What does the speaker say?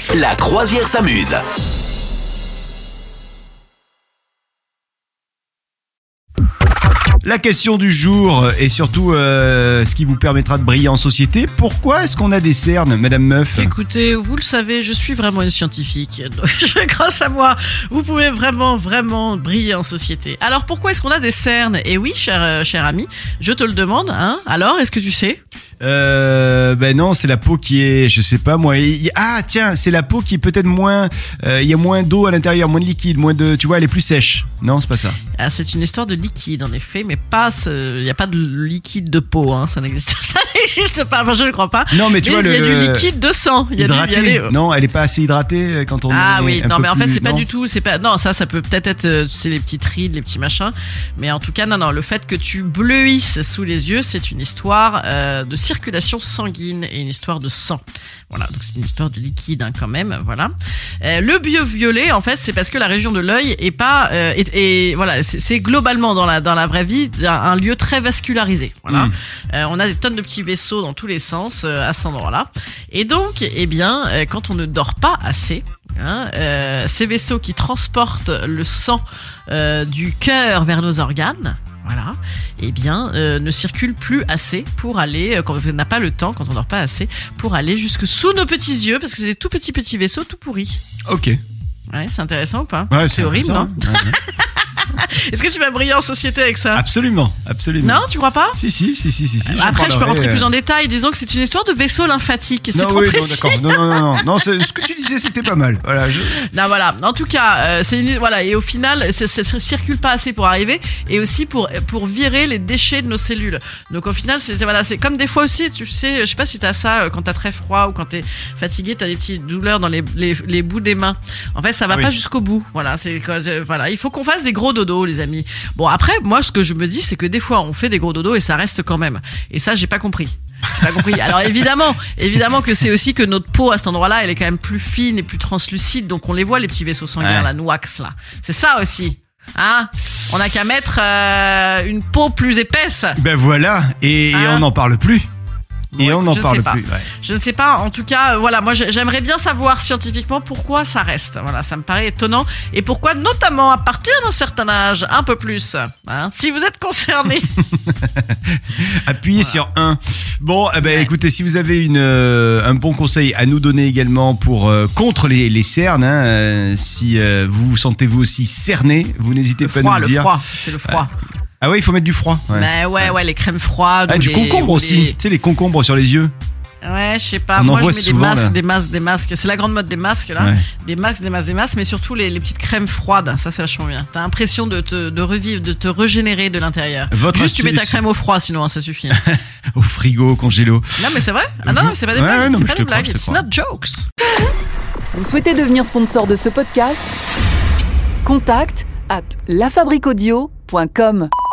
La croisière s'amuse. La question du jour et surtout ce qui vous permettra de briller en société. Pourquoi est-ce qu'on a des cernes, Madame Meuf ? Écoutez, vous le savez, je suis vraiment une scientifique. Donc, grâce à moi, vous pouvez vraiment briller en société. Alors pourquoi est-ce qu'on a des cernes ? Et oui, cher ami, je te le demande. Hein ? Alors, est-ce que tu sais ? Ben non, c'est la peau qui est, je sais pas moi. Ah tiens, c'est la peau qui est peut-être moins, il y a moins d'eau à l'intérieur, moins de liquide, moins de, tu vois, elle est plus sèche. Non, c'est pas ça. Ah, c'est une histoire de liquide en effet, mais pas, il y a pas de liquide de peau, hein, ça n'existe pas. Enfin, je ne crois pas. Non, mais tu vois, il y a du liquide de sang. Il y a hydratée. Non, elle est pas assez hydratée quand on. Ah oui, non, mais en fait c'est pas non. du tout, c'est pas. Non, ça peut peut-être être, c'est les petites rides, les petits machins, mais en tout cas non, le fait que tu bleuisses sous les yeux, c'est une histoire de circulation sanguine et une histoire de sang. Voilà, donc c'est une histoire de liquide hein, quand même. Voilà. Le violet, en fait, c'est parce que la région de l'œil est pas, voilà, c'est globalement dans la vraie vie un lieu très vascularisé. Voilà. On a des tonnes de petits vaisseaux dans tous les sens à cet endroit-là. Et donc, eh bien, quand on ne dort pas assez, hein, ces vaisseaux qui transportent le sang du cœur vers nos organes, voilà, eh bien, ne circulent plus assez pour aller, quand on n'a pas le temps, quand on dort pas assez, pour aller jusque sous nos petits yeux, parce que c'est des tout petits vaisseaux tout pourris. Ok. Ouais, c'est intéressant ou pas ? Ouais, c'est horrible, non ? Ouais. Est-ce que tu vas briller en société avec ça ? Absolument. Non, tu crois pas ? Si. Après, je peux rentrer plus en détail. Disons que c'est une histoire de vaisseau lymphatique. C'est trop précis. Non, d'accord. Non, ce que tu disais, c'était pas mal. Voilà. Non, voilà. En tout cas, voilà. Et au final, ça circule pas assez pour arriver, et aussi pour virer les déchets de nos cellules. Donc au final, c'est comme des fois aussi, tu sais, je sais pas si t'as ça quand t'as très froid ou quand t'es fatigué, t'as des petites douleurs dans les bouts des mains. En fait, ça va pas jusqu'au bout. Voilà, voilà. Il faut qu'on fasse des gros dodos, les amis. Bon, après, moi, ce que je me dis, c'est que des fois, on fait des gros dodos et ça reste quand même. Et ça, j'ai pas compris. Alors évidemment que c'est aussi que notre peau à cet endroit-là, elle est quand même plus fine et plus translucide, donc on les voit les petits vaisseaux sanguins, la noix là. C'est ça aussi. Hein, on n'a qu'à mettre une peau plus épaisse. Ben voilà, et on n'en parle plus. Bon, et on n'en parle plus. Ouais. Je ne sais pas. En tout cas, voilà, moi j'aimerais bien savoir scientifiquement pourquoi ça reste. Voilà, ça me paraît étonnant. Et pourquoi, notamment à partir d'un certain âge, un peu plus. Hein, si vous êtes concerné. Appuyez sur 1. Bon, écoutez, si vous avez un bon conseil à nous donner également pour contre les cernes, hein, si vous vous sentez vous aussi cerné, vous n'hésitez pas à nous le dire. Le froid, c'est le froid. Ah ouais, il faut mettre du froid. Ouais, les crèmes froides. Du concombre aussi. Tu sais, les concombres sur les yeux. Ouais, je sais pas. Moi, je mets des masques. C'est la grande mode des masques, là. Ouais. Des masques, mais surtout les petites crèmes froides. Ça, c'est vachement bien. T'as l'impression de revivre, de te régénérer de l'intérieur. Juste, tu mets ta crème au froid, sinon, hein, ça suffit. Au frigo, au congélo. Non, mais c'est vrai. Ah non, c'est pas des blagues. C'est pas des blagues. It's not jokes. Vous souhaitez devenir sponsor de ce podcast ? Contact @lafabriquaudio.com